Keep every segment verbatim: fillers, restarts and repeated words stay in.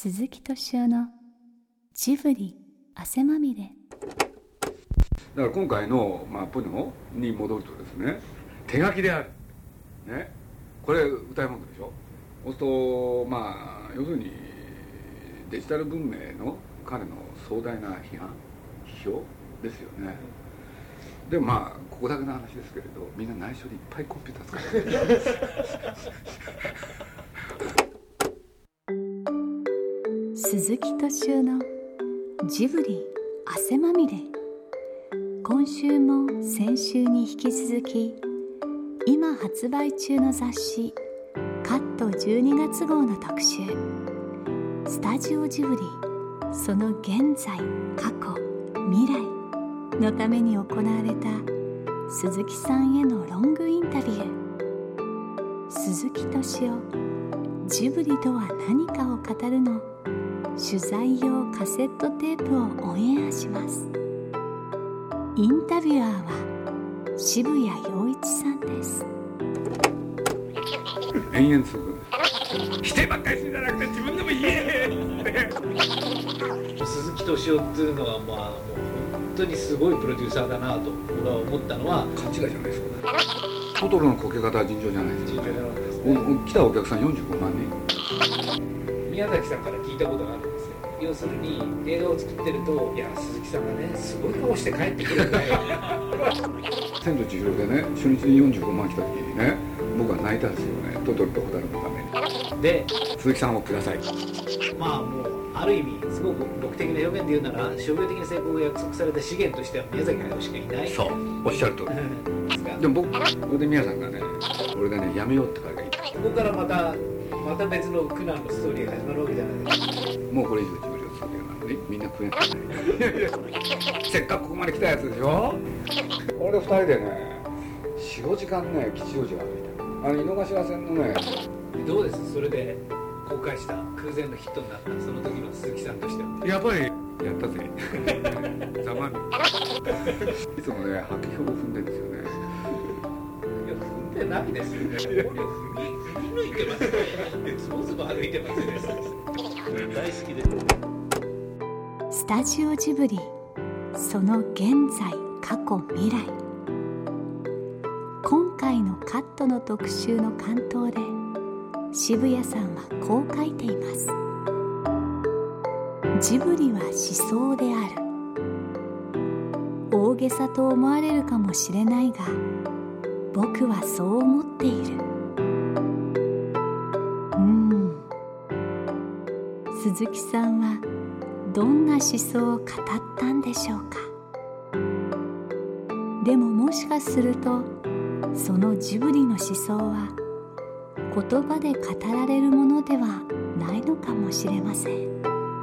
鈴木敏夫のジブリ汗まみれ。 だから今回の、まあ、ポニョに戻るとですね、手書きである、ね、これ歌い物でしょ。そうすると、まあ、要するにデジタル文明の彼の壮大な批判批評ですよね。でもまあここだけの話ですけれど、みんな内緒でいっぱいコンピューター使ってる鈴木敏夫のジブリ汗まみれ。今週も先週に引き続き、今発売中の雑誌カットじゅうにがつ号の特集、スタジオジブリその現在過去未来のために行われた鈴木さんへのロングインタビュー。鈴木敏夫ジブリとは何かを語るの取材用カセットテープをオンエアします。インタビュアーは渋谷陽一さんです。 延々続くんです。否定ばっかりするんじゃなくて自分でも言えね鈴木敏夫っていうのは、まあ、もう本当にすごいプロデューサーだなと俺は思ったのは、 勘違いじゃないですか。トトロのこけ方は尋常じゃないです尋常じゃなかったですね。 ね。 お来たお客さんよんじゅうごまんにん。 宮崎さんから聞いたことがあるんですよ。要するに映画を作ってると、いや鈴木さんがねすごい顔して帰ってくるんだよ千と千尋でね、初日によんじゅうごまん来た時にね、僕は泣いたんですよね。トトロとホタルのために。 で鈴木さんをください。 まあもうある意味すごく僕的な表現で言うなら、商業的な成功が約束された資源としては宮崎駿しかいない。 そうおっしゃる通りでも僕、それで宮さんがね、俺でね、やめようって彼が言った。 ここからまたまた別の苦難のストーリーが始まるわけじゃないですか。 もうこれ以上ジブリを続けるなのにみんな食えないせっかくここまで来たやつでしょ。これでふたりでね、よん、ごじかんね、吉祥寺を歩いた。あの井の頭線のね。 どうです、それで公開した空前のヒットになったその時の鈴木さんとしては。 やっぱりやったぜざまみいつもね、白票を踏んでるんですよね。 いや踏んでないですよね。これを踏み踏み抜いてますよね。ズボズボ歩いてますよね。大好きで。 スタジオジブリその現在過去未来。今回のカットの特集の巻頭で渋谷さんはこう書いています。ジブリは思想である。大げさと思われるかもしれないが、僕はそう思っている。うーん鈴木さんはどんな思想を語ったんでしょうか。でももしかするとそのジブリの思想は言葉で語られるものではないのかもしれません。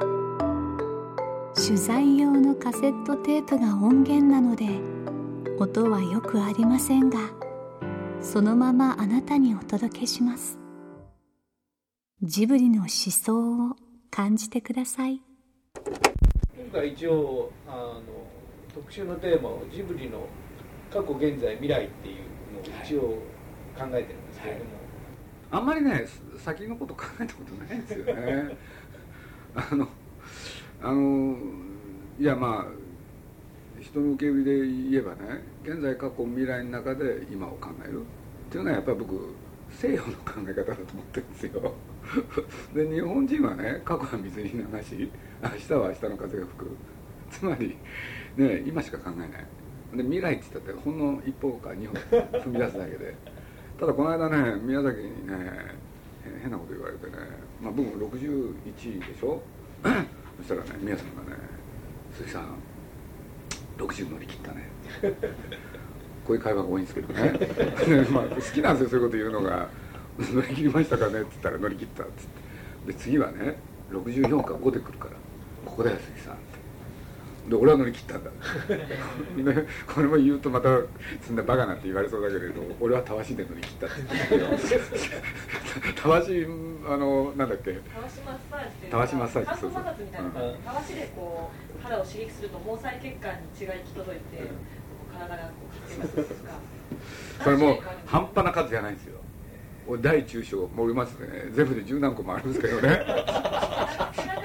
取材用のカセットテープが音源なので音はよくありませんが、そのままあなたにお届けします。ジブリの思想を感じてください。 今回一応あの特集のテーマをジブリの過去現在未来っていうのを一応考えてるんですけれども、 あんまりね、先のこと考えたことないんですよねあのあのいやまあ人の受け売りで言えばね、現在過去未来の中で今を考えるっていうのはやっぱり僕西洋の考え方だと思ってるんですよで日本人はね、過去は水に流し明日は明日の風が吹く、つまりね、今しか考えないで、未来って言ったってほんの一歩か二歩踏み出すだけでただこの間ね、宮崎にね変なこと言われてね、まあ、僕もろくじゅういちでしょそしたらね、宮さんがね、鈴木さんろくじゅう乗り切ったねこういう会話が多いんですけどねまあ好きなんですよ、そういうこと言うのが乗り切りましたかねって言ったら乗り切ったって言って、で次はねろくじゅうよんかごで来るから、ここだよ鈴木さんってで、俺は乗り切ったんだでこれも言うとまたそんなバカなって言われそうだけれど、俺はたわしで乗り切ったって言うんですよたわし、あのなんだっけ、 たわしマッサージっていうたわしマッサージ、 乾燥摩擦みたいな、 うん、 たわしでこう肌を刺激すると毛細血管に血が行き届いて、うん、体がこう活性化するとかそれも半端な数じゃないんですよ。大中小盛りますね、全部で十何個もあるんですけどね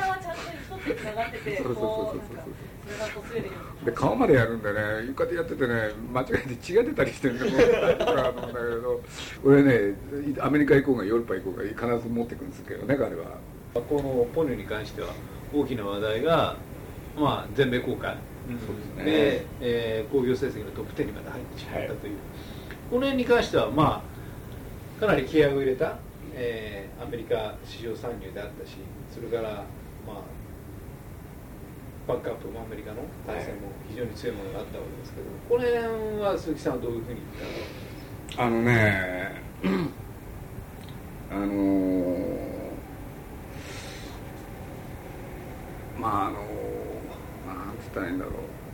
つながってて、 そうそうそうそうこうなんかそれがこすれるようなで顔までやるんでね、床でやっててね、間違えて血が出たりしてるんで、もう大丈夫かなと思うんだけど、俺ね、アメリカ行こうがヨーロッパ行こうが必ず持ってくるんですけどね、彼は。 このポニョに関しては大きな話題が、まあ、全米公開、 そうですね。 で、えー、興行成績のトップじゅうにまで入ってしまったという、はい、この辺に関しては、まあ、かなり気合を入れた、えー、アメリカ市場参入であったし、それから、まあ、バックアップもアメリカの体制も非常に強いものがあったわけですけど、この辺は鈴木さんはどういうふうに言ったの？ あのね、あのー、まああのなんつったらいいんだろ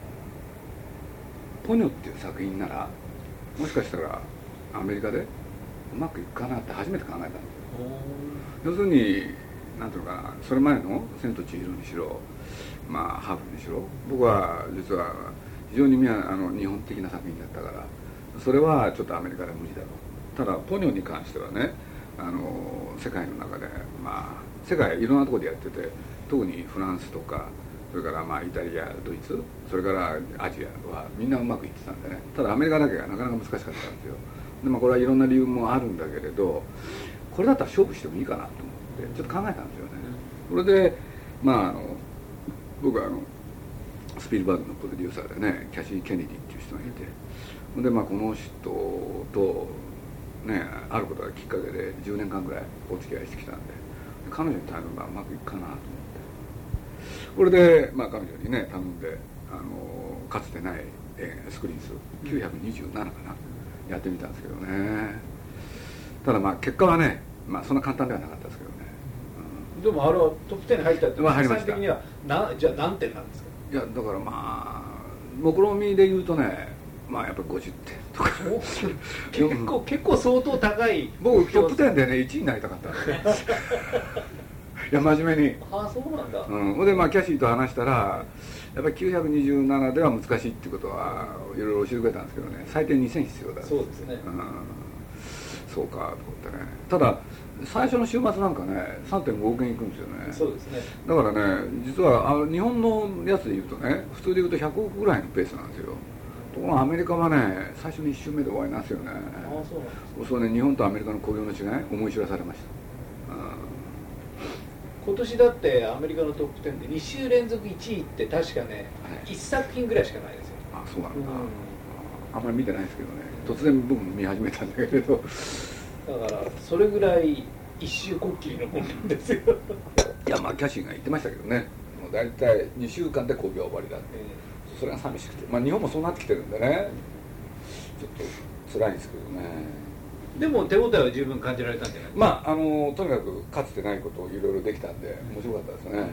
う、ポニョっていう作品ならもしかしたらアメリカでうまくいくかなって初めて考えたんですよ。要するになんていうのかな、それ前の「千と千尋」にしろ、まあハーフにしろ、僕は実は非常にあの日本的な作品だったから、それはちょっとアメリカでは無理だろう。ただポニョに関してはね、あの世界の中でまあ世界いろんなところでやってて、特にフランスとか、それからまあイタリア、ドイツ、それからアジアはみんなうまくいってたんでね。ただアメリカだけがなかなか難しかったんですよ。でまあこれはいろんな理由もあるんだけれど、これだったら勝負してもいいかなと思ってちょっと考えたんですよね。それでまああの僕はあのスピルバーグのプロデューサーでね、キャシー・ケネディっていう人がいて、でまあこの人とね、あることがきっかけでじゅうねんかんぐらいお付き合いしてきたんで、彼女に頼めばうまくいくかなと思って、これでまあ彼女にね頼んで、あのかつてない、えー、スクリーン数きゅうひゃくにじゅうななかな、やってみたんですけどね。ただまあ結果はね、まあそんな簡単ではなかったですけどね、 うん、でもあれはトップじゅうに入ったって、 まあ、入りました。 的にはな、じゃあ何点なんですか？ いやだからまあ目論見で言うとね、まあやっぱりごじってんとか結構結構相当高い。 僕トップじゅうでねいちいになりたかったんですいや真面目に。 ああそうなんだ。 うん、でまあキャシーと話したら、やっぱりきゅうひゃくにじゅうななでは難しいっていうことはいろいろ教えてくれたんですけどね、最低にせん必要だ。 そうですね、 うん、そうかと思ってね。ただ最初の週末なんかね さんてんごおくえんいくんですよね。 そうですね。だからね、実はあの日本のやつでいうとね、普通でいうとひゃくおくぐらいのペースなんですよ。ところがアメリカはね、最初のいっ週目で終わりなんですよね。ああそうなんです。そうね、日本とアメリカの興行の違い思い知らされました。うん、 今年だってアメリカのトップじゅうでに週連続いちいって確かね、はい、いっさく品ぐらいしかないですよ。 あ、そうなんだ、うん、あんまり見てないですけどね、突然僕も見始めたんだけれど、 だからそれぐらい一周こっきりのもんなんですよいやまあキャシーが言ってましたけどね、もう大体にしゅうかんで興行終わりだって、えー、それが寂しくて、まあ日本もそうなってきてるんでね、ちょっと辛いんですけどね。 でも手応えは十分感じられたんじゃないですか。 まああのとにかくかつてないことをいろいろできたんで面白かったですね、うん、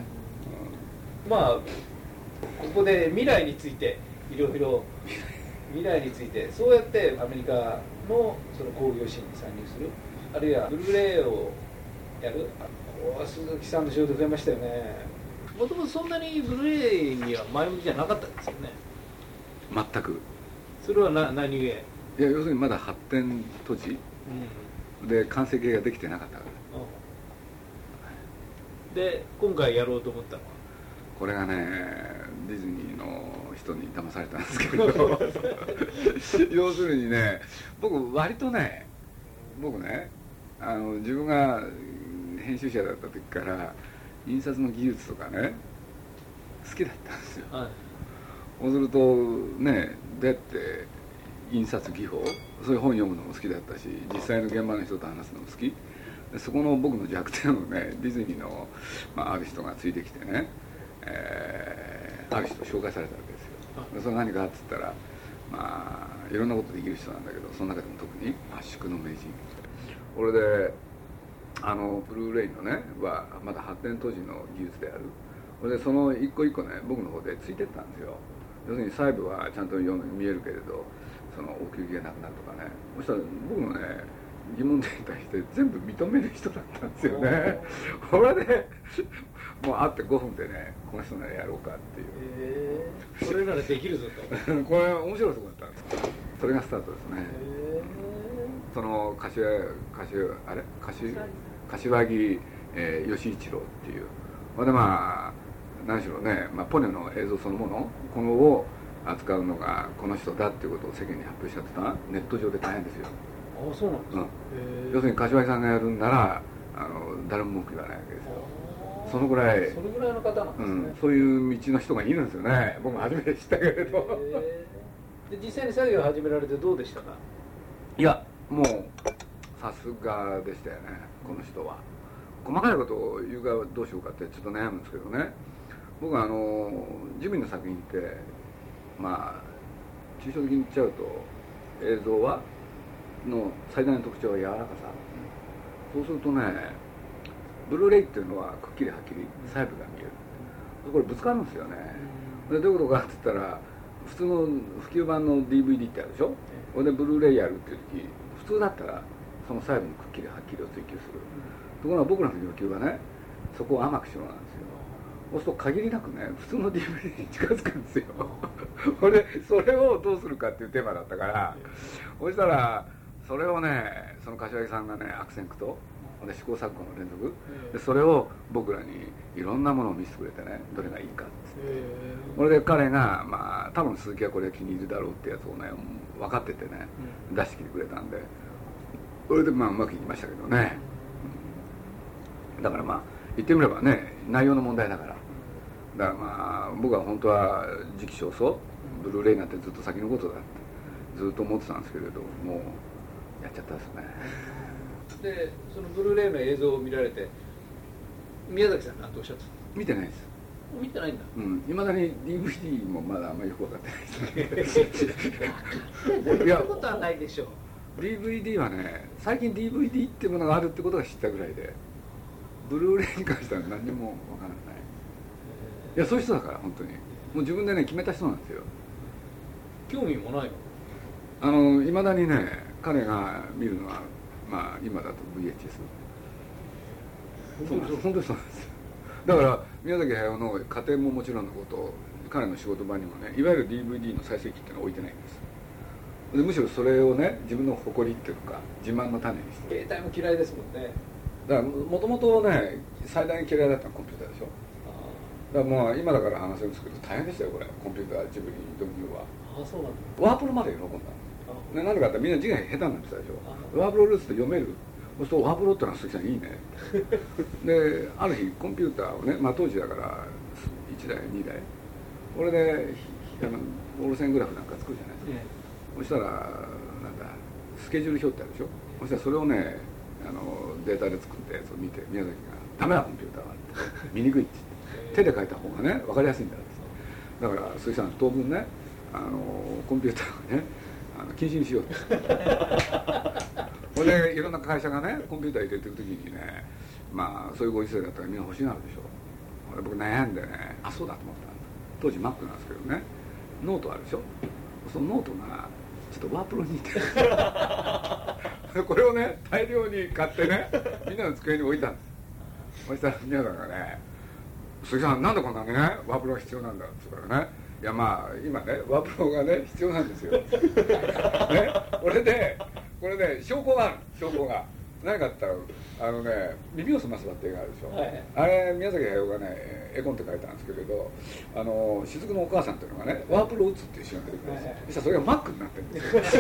まあここで未来についていろいろ未来についてそうやってアメリカのその興行シーンに参入する、あるいはブルーレイをやる、ここは鈴木さんの仕事増えましたよね。もともとそんなにブルーレイには前向きじゃなかったんですよね。 全く。 それはな何故？いや要するにまだ発展途時、うん、で完成形ができてなかったから、 うん、で今回やろうと思ったのはこれがね、ディズニーの人に騙されたんですけど要するにね、僕割とね、僕ね、あの自分が編集者だった時から印刷の技術とかね好きだったんですよ、はい、そうするとね、どうやって印刷技法、そういう本読むのも好きだったし、実際の現場の人と話すのも好きで、そこの僕の弱点をね、ディズニーの、まあ、ある人がついてきてね、えー、ある人紹介されたわけですよ。でそれ何かって言ったら、まあいろんなことできる人なんだけど、その中でも特に圧縮の名人。これであのブルーレイのねはまだ発展当時の技術である。これでその一個一個ね、僕の方でついてったんですよ。要するに細部はちゃんと読む見えるけれど、その奥行きがなくなるとかね。そしたら僕のね疑問点に対して全部認める人だったんですよね。これでもう会ってごふんでね、この人ならやろうかっていう、 えー、それならできるぞとこれ面白いとこだったんです。それがスタートですね。えー、その柏柏あれ柏柏木、えー、義一郎っていう、これでまあ何しろね、まあ、ポニョの映像そのものこのを扱うのがこの人だっていうことを世間に発表しちゃってたらネット上で大変ですよ。 ああそうなんですか、 うん、要するに柏木さんがやるんならあの誰も文句言わないわけですよ。そのぐらいそれぐらいの方なんですね、うん、 そういう道の人がいるんですよね。僕も初めて知ったけれどで実際に作業を始められてどうでしたか？ いやもうさすがでしたよねこの人は。細かいことを言うかどうしようかってちょっと悩むんですけどね、僕はあのジブリの作品ってまあ抽象的に言っちゃうと映像はの最大の特徴は柔らかさ、そうするとねブルーレイっていうのはくっきりはっきり細部が見える、これぶつかるんですよね。でどういうことかって言ったら普通の普及版の ディーブイディー ってあるでしょ。これでブルーレイやるっていう時普通だったらその細部にくっきりはっきりを追求する、ところが僕らの要求はねそこを甘くしろなんですよ。そうすると限りなくね普通の ディーブイディー に近づくんですよこれそれをどうするかっていうテーマだったから、そしたらそれをねその柏木さんがね悪戦苦闘で試行錯誤の連続で、それを僕らにいろんなものを見せてくれてねどれがいいかって、これで彼がまあ多分鈴木はこれ気に入るだろうってやつをね分かっててね出してきてくれたんで、それでまあうまくいきましたけどね。だからまあ言ってみればね内容の問題だから、だからまあ僕は本当は時期尚早ブルーレイなんてずっと先のことだってずっと思ってたんですけれど、もうやっちゃったですね。 でそのブルーレイの映像を見られて宮崎さん何とおっしゃった？ 見てないです。 見てないんだ。 うん、いまだに ディーブイディー もまだあんまりよく分かってないですいやことはないでしょう。 ディーブイディー はね最近 ディーブイディー っていうものがあるってことが知ったぐらいで、ブルーレイに関しては何にも分からない。いやそういう人だから本当にもう自分でね決めた人なんですよ。 興味もないの？ あのいまだにね彼が見るのはまあ今だと ブイエイチエス。 本当にそうなんですよ。だから宮崎駿の家庭ももちろんのこと、彼の仕事場にもねいわゆる ディーブイディー の再生機っていうのは置いてないんです。でむしろそれをね自分の誇りっていうか自慢の種にして。 携帯も嫌いですもんね。 だからもともとね最大に嫌いだったのはコンピューターでしょ。だからまあ今だから話せるんですけど大変でしたよこれコンピュータージブリ導入は。 ああそうなんだ。 ワープロまで喜んだの。何でかってみんな字が下手になってたでしょ。ワープロルーツって読める。そうするとワープロってのは鈴木さんいいねである日コンピューターをね、まあ、当時だからいちだいにだいこれであのオール線グラフなんか作るじゃないですか、ええ、そしたらなんだスケジュール表ってあるでしょ。そしたらそれをねあのデータで作ってそれ見て宮崎が「ダメだコンピューターは」って見にくいって言って手で書いた方がね分かりやすいんだって。だから鈴木さん当分ねあのコンピューターをねあの禁止にしようってこれでいろんな会社がねコンピューター入れてる時にねまあそういうご時世だったらみんな欲しがるでしょ。俺僕悩んでねあそうだと思った当時 Mac なんですけどねノートあるでしょ。そのノートがちょっとワープロに似てるこれをね大量に買ってねみんなの机に置いたんです。そしたら皆さんがね鈴木さんなんでこんなにねワープロが必要なんだって言うからねいやまあ今ねワープロがね必要なんですよね。これでこれね証拠がある証拠が何かあったらあのね「耳をすませば」って映画あるでしょ、はい、あれ宮崎駿がね絵コンって書いたんですけれどあの雫のお母さんっていうのがねワープロを打つっていうシーンが出てくるんですよ、はい、そしたらそれがマックになってるん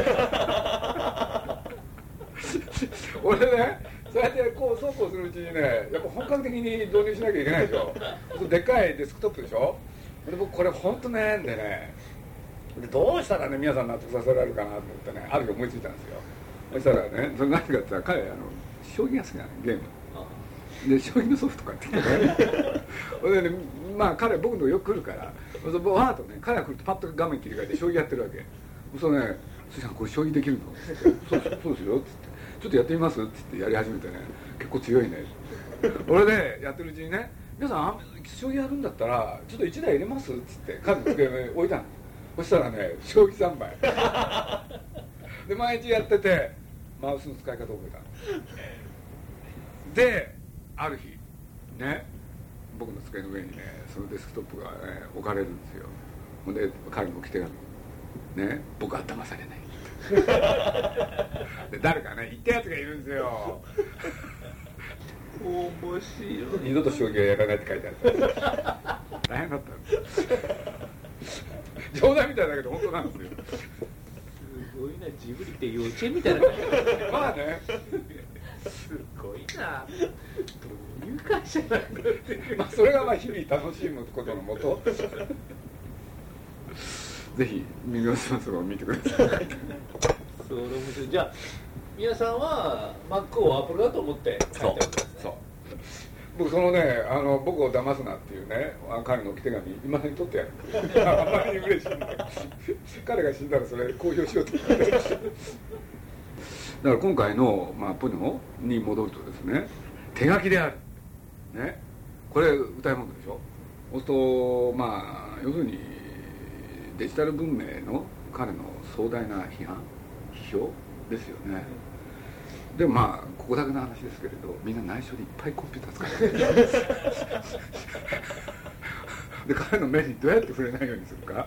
ですよ俺ねそうやってこうそうこうするうちにねやっぱ本格的に導入しなきゃいけないでしょ。でっかいデスクトップでしょ。で僕これ本当悩んでねでどうしたらね皆さん納得させられるかなと思ってねある日思いついたんですよ。そしたらねそれ何かって言ったら彼あの将棋が好きなのゲームで将棋のソフト買ってきてねでねまあ彼僕のとこよく来るからそわーっとね彼が来るとパッと画面切り替えて将棋やってるわけ。そうね「鈴木さんこれ将棋できるの?」そうそうですよ」っつって「ちょっとやってみます?」っつってやり始めてね結構強いね俺でやってるうちにね皆さん将棋やるんだったらちょっといちだい入れますっつって彼の机に置いたの。そしたらね将棋さんまいで毎日やっててマウスの使い方を覚えたのである日ね僕の机の上にねそのデスクトップが、ね、置かれるんですよ。ほんで彼も来てるのね僕は騙されないで誰かね言ったやつがいるんですよ面白い二度と将棋はやらないって書いてある大大変だったんです冗談みたいだけど本当なんですよ。 すごいな、ジブリって幼稚園みたいな感じまあねすごいな、どういう会社なんだって、 まあそれがまあ日々楽しむことのもとぜひミニオンスマスを見てくださいそれ面白い。じゃあ皆さんは Mac を Apple だと思って書いてあるんですね。 そう僕そのねあの僕を騙すなっていうね彼の置き手紙今に取ってやるあまりに嬉しいんだ彼が死んだらそれ公表しようと思ってだから今回の、まあ、ポニョに戻るとですね手書きであるねこれ歌い物でしょ。そうするとまあ要するにデジタル文明の彼の壮大な批判批評ですよね。でもまあここだけの話ですけれどみんな内緒でいっぱいコンピューター使ってるで彼の目にどうやって触れないようにするか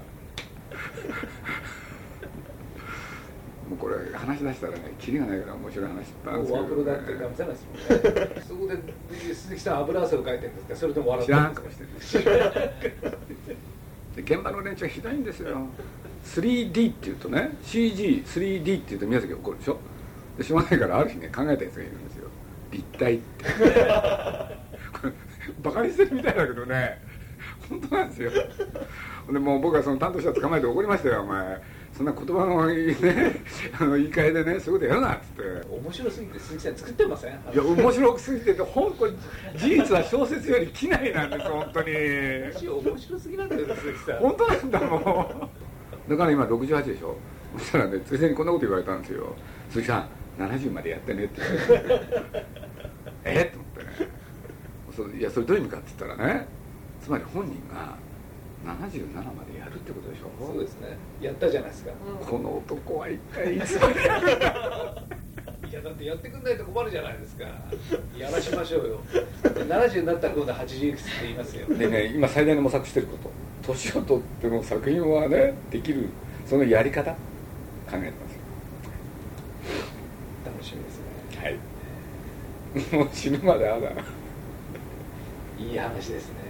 もうこれ話し出したらねキリがないから面白い話いっぱいあるんですけど、ね、 ワープロだって騙せないですもんねそこで鈴木さん油汗をかいてるんですか、それとも笑ってるんですか。 知らんかもしてるで現場の連中はひどいんですよ。 スリーディー っていうとね シージースリーディー っていうと宮崎怒るでしょ。でしょうがないからある日ね考えたやつがいるんですよ。立体ってこれバカにしてるみたいだけどね本当なんですよ。でもう僕はその担当者捕まえて怒りましたよ。お前そんな言葉の、ね、あの言い換えでねそういうことやるなっつって。 面白すぎて鈴木さん作ってません。いや面白すぎててほんこれ事実は小説より機内なんです本当に。 面白すぎなんだよ鈴木さん。 本当なんだもうだから今ろくじゅうはちでしょ。そしたらねついでにこんなこと言われたんですよ。鈴木さんななじゅうまでやってねって言われてえっと思ってねそいやそれどういう意味かって言ったらねつまり本人がななじゅうななまでやるってことでしょ。 そうですね、やったじゃないですか、 うん、この男は一体いつまでやるんだいやだってやってくんないと困るじゃないですか。やらしましょうよななじゅうになったら今度はちじゅういくつって言いますよ。 でね今最大の模索してること年を取っても作品はねできるそのやり方考えてますよ。 楽しみですね。はいもう死ぬまであだいい話ですね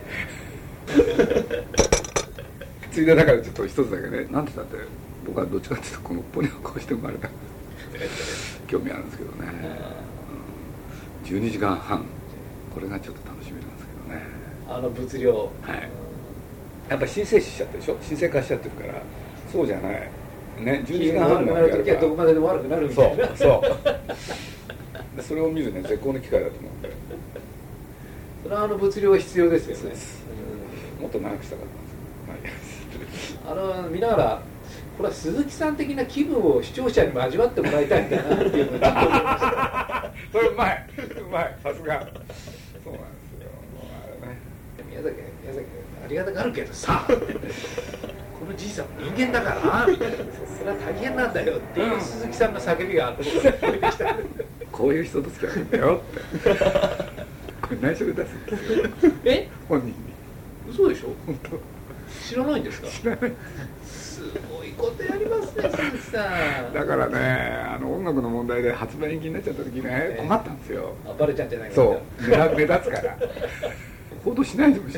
ついでだからちょっと一つだけねなんて言ったって僕はどっちかっていうとこのポニョをこうして生まれた興味あるんですけどね、うん、じゅうにじかんはんこれがちょっと楽しみなんですけどね。 あの物量はいやっぱ神聖視しちゃってるでしょ。神聖化しちゃってるからそうじゃないねじゅうにじかんはんのやるからどこまででも悪くなるみたいな。 そうそうでそれを見るね絶好の機会だと思うんでそれはあの物量は必要ですよね。 うん、もっと長くしたかったんですけど、あの見ながらこれは鈴木さん的な気分を視聴者にも味わってもらいたいんだなっていうのをちょっと思いましたそれうまいうまいさすがそうなんですよ。もうあれね宮崎宮崎ありがたがるけどさこのじいさんも人間だからみたいなそれは大変なんだよっていう鈴木さんの叫びがあって聞こえてきたこういう人と付き合うんだよってこれ内緒で出すんですよえ本人に。 嘘でしょ。 本当知らないんですか。 知らない。 すごいことやりますね鈴木さん。 だからねあの音楽の問題で発売延期になっちゃった時ね困ったんですよ。 あバレちゃうんじゃないかそう目立目立つから報道しないでほしい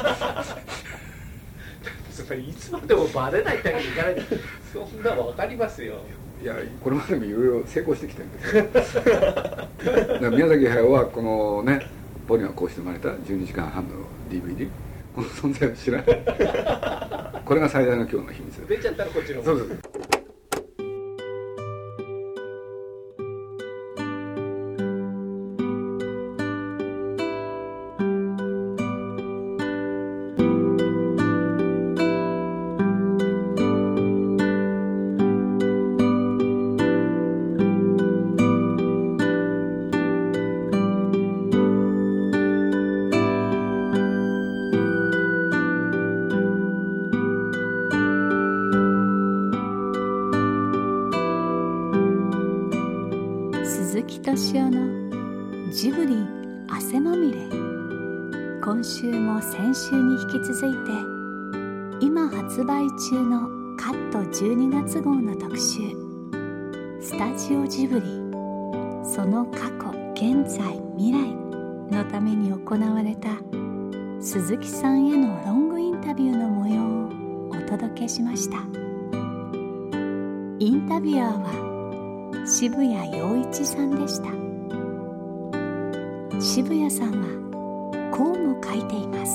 それいつまでもバレないってわけにいかないそんな分かりますよ。 いやこれまでもいろいろ成功してきてるんですよだから宮崎駿はこのねポニョがこうして生まれたじゅうにじかんはんの ディーブイディー この存在を知らないこれが最大の今日の秘密出ちゃったらこっちのそうです。 鈴木敏夫のジブリ汗まみれ。今週も先週に引き続いて今発売中のカットじゅうにがつ号の特集スタジオジブリその過去現在未来のために行われた鈴木さんへのロングインタビューの模様をお届けしました。インタビュアーは渋谷陽一さんでした。渋谷さんはこうも書いています。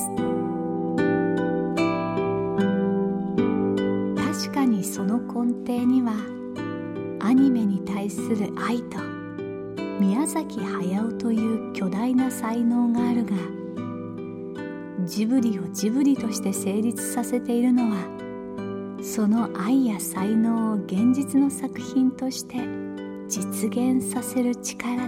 確かにその根底にはアニメに対する愛と宮崎駿という巨大な才能があるが、ジブリをジブリとして成立させているのはその愛や才能を現実の作品として実現させる力だって。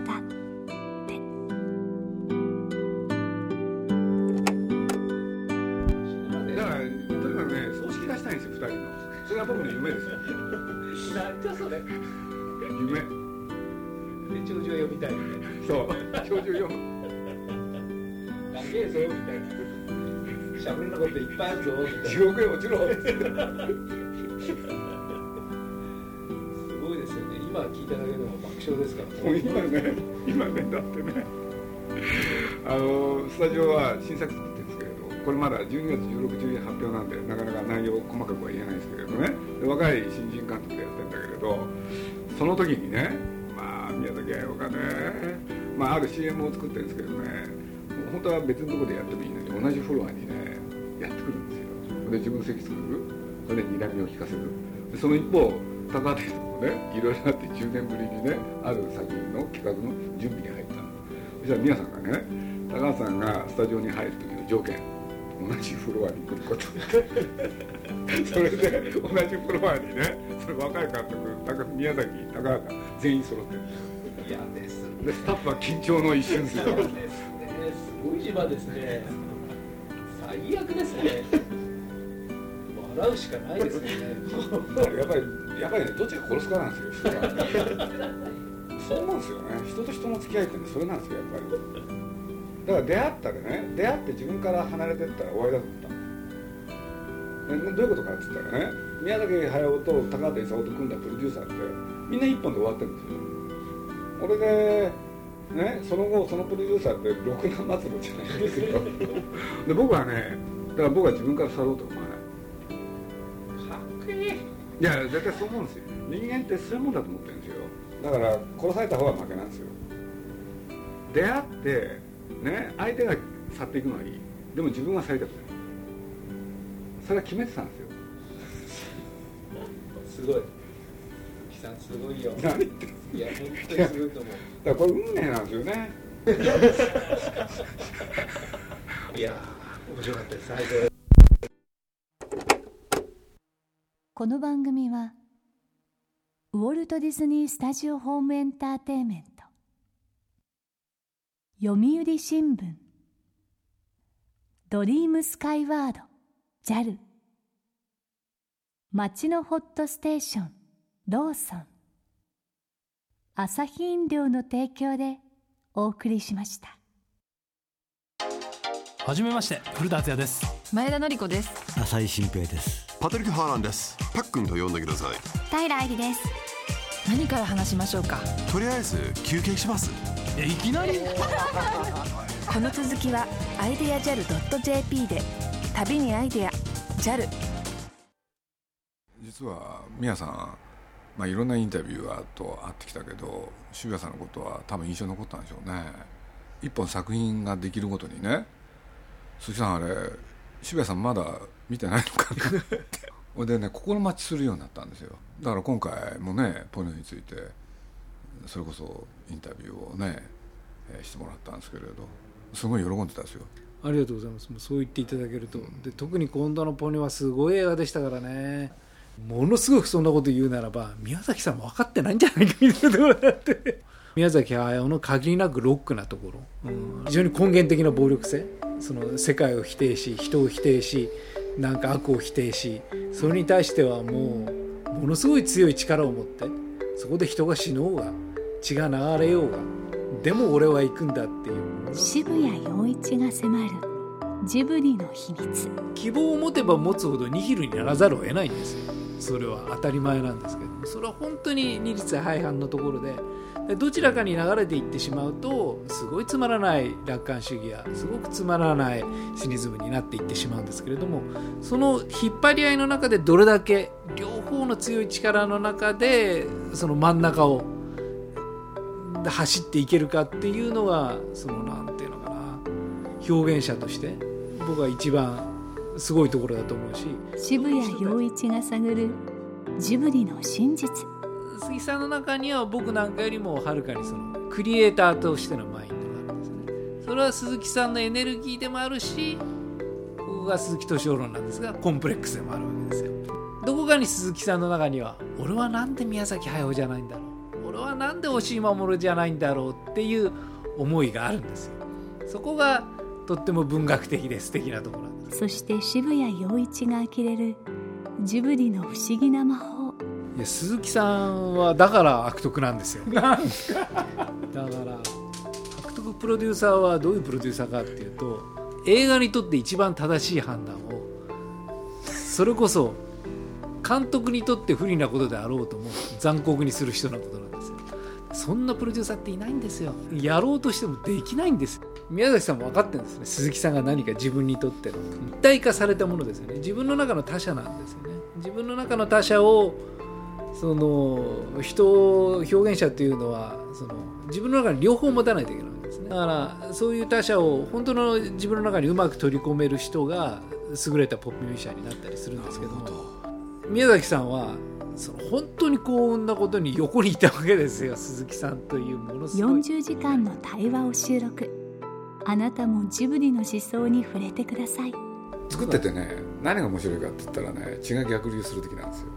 だからとにかくね、葬式出したいんですよ、ふたりの。それは僕の夢ですよ。 なんじゃそれ。 夢で長寿読みたいみたいな。 そう長寿読む長えぞみたいな。しゃべるなこといっぱいあるぞみたいな。 地獄へ落ちろすごいですよね。今聞いただけでも爆笑ですからもう今ね今ねだってねあのスタジオは新作作ってるんですけれど、これまだじゅうにがつじゅうろくにち発表なんでなかなか内容細かくは言えないんですけれどね、で若い新人監督でやってるんだけれど、その時にね、まあ宮崎駿がね、まあ、ある シーエム を作ってるんですけどね、もう本当は別のところでやってもいいのに同じフロアにねやってくるんですよ。で自分の席作る、それで睨みを聞かせる。でその一方高畑さんもねいろいろあってじゅうねんぶりにねある作品の企画の準備に入ったの。そしたら宮さんがね、高畑さんがスタジオに入る時の条件、同じフロアに来ることそれで同じフロアにね、それ若い監督宮崎高畑全員揃ってる。 いやですでスタッフは緊張の一瞬ですよ。 そうですね、すごい島ですね。最悪ですね。笑うしかないですね。 やっぱりやっぱりね、どっちが殺すかなんですよ、人は。そうなんですよね。人と人の付き合いってね、それなんですよ、やっぱり。だから出会ったらね、出会って自分から離れてったら終わりだと思った。どういうことかって言ったらね、宮崎駿と高畑勲と組んだプロデューサーってみんな一本で終わってるんですよ。これでね、その後そのプロデューサーってろくな末路じゃないですよ。で僕はね、だから僕は自分から去ろうと思わない。 かっこいい。 いや絶対そう思うんですよ。人間ってそういうもんだと思ってるんですよ。だから殺された方が負けなんですよ。出会ってね、相手が去っていくのはいい。でも自分は去りたくない。それは決めてたんですよ。 すごい。木さんすごいよ。 何言ってる。 いや本当にすごいと思う。 だからこれ運命なんですよね。 いや面白かったです。最高。 この番組はウォルト・ディズニー・スタジオ・ホーム・エンターテインメント、読売新聞、ドリームスカイワード ジャル、 街のホットステーションローソン、アサヒ飲料の提供でお送りしました。 はじめまして、古田敦也です。 前田典子です。 浅井新平です。 パトリック・ハーランです。パックンと呼んでください。 平愛理です。何から話しましょうか。 とりあえず休憩します。 え、いきなりこの続きはアイデアジャル .jp で。旅にアイデア ジャル。 実は宮さん、まあ、いろんなインタビューと会ってきたけど、渋谷さんのことは多分印象に残ったんでしょうね。一本作品ができるごとにね、鈴木さんあれ渋谷さんまだ見てないのかなってでね、心待ちするようになったんですよ。だから今回もね、ポニョについてそれこそインタビューをね、えー、してもらったんですけれど、すごい喜んでたんですよ。 ありがとうございます。もうそう言っていただけると、うん、で特に今度のポニョはすごい映画でしたからね。ものすごくそんなこと言うならば宮崎さんも分かってないんじゃないかみたいなところがあって宮崎駿の限りなくロックなところ、うん、非常に根源的な暴力性、その世界を否定し人を否定しなんか悪を否定し、それに対してはもうものすごい強い力を持って、そこで人が死のうが血が流れようがでも俺は行くんだっていう。 渋谷陽一が迫るジブリの秘密。 希望を持てば持つほどニヒルにならざるを得ないんですよ。 それは当たり前なんですけど、それは本当に二律背反のところで、どちらかに流れていってしまうとすごいつまらない楽観主義やすごくつまらないシニズムになっていってしまうんですけれども、その引っ張り合いの中でどれだけ両方の強い力の中でその真ん中を走っていけるかっていうのが、そのなんていうのかな、表現者として僕は一番すごいところだと思うし、 渋谷陽一が探るジブリの真実。 鈴木さんの中には僕なんかよりもはるかにそのクリエイターとしてのマインドがあるんですね。それは鈴木さんのエネルギーでもあるし、僕が鈴木敏夫論なんですがコンプレックスでもあるわけですよ。どこかに鈴木さんの中には、俺はなんで宮崎駿じゃないんだろう、俺はなんで押井守じゃないんだろうっていう思いがあるんですよ。そこがとっても文学的で素敵なところなんです。 そして渋谷陽一が呆れるジブリの不思議な魔法。 いや、鈴木さんはだから悪徳なんですよ。なんすかだから悪徳プロデューサーはどういうプロデューサーかっていうと、映画にとって一番正しい判断を、それこそ監督にとって不利なことであろうとも残酷にする人のことなんですよ。そんなプロデューサーっていないんですよ。やろうとしてもできないんです。宮崎さんも分かってるんですね。鈴木さんが何か自分にとっての一体化されたものですよね。自分の中の他者なんですよね。自分の中の他者を、その人表現者っていうのはその自分の中に両方持たないといけないんですね。だからそういう他者を本当の自分の中にうまく取り込める人が優れたポップミュージシャンになったりするんですけども、宮崎さんはその本当に幸運なことに横にいたわけですよ。鈴木さんというものすごいよんじゅうじかんの対話を収録。あなたもジブリの思想に触れてください。 作っててね、何が面白いかって言ったらね、血が逆流する時なんですよ。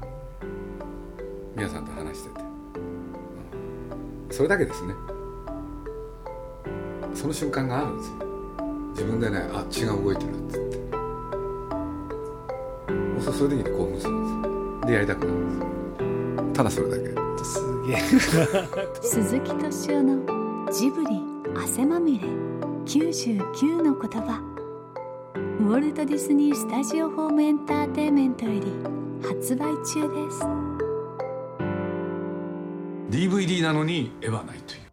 皆さんと話してて、うん、それだけですね。その瞬間があるんですよ。自分でね、あ、血が動いてるって言って、そうそういう時に興奮するんですよ。でやりたくなるんですよ。ただそれだけ。 すげえ鈴木敏夫のジブリ汗まみれきゅうじゅうきゅうの言葉。ウォルト・ディズニー・スタジオ・ホーム・エンターテインメントより発売中です。 ディーブイディー なのに絵はないという。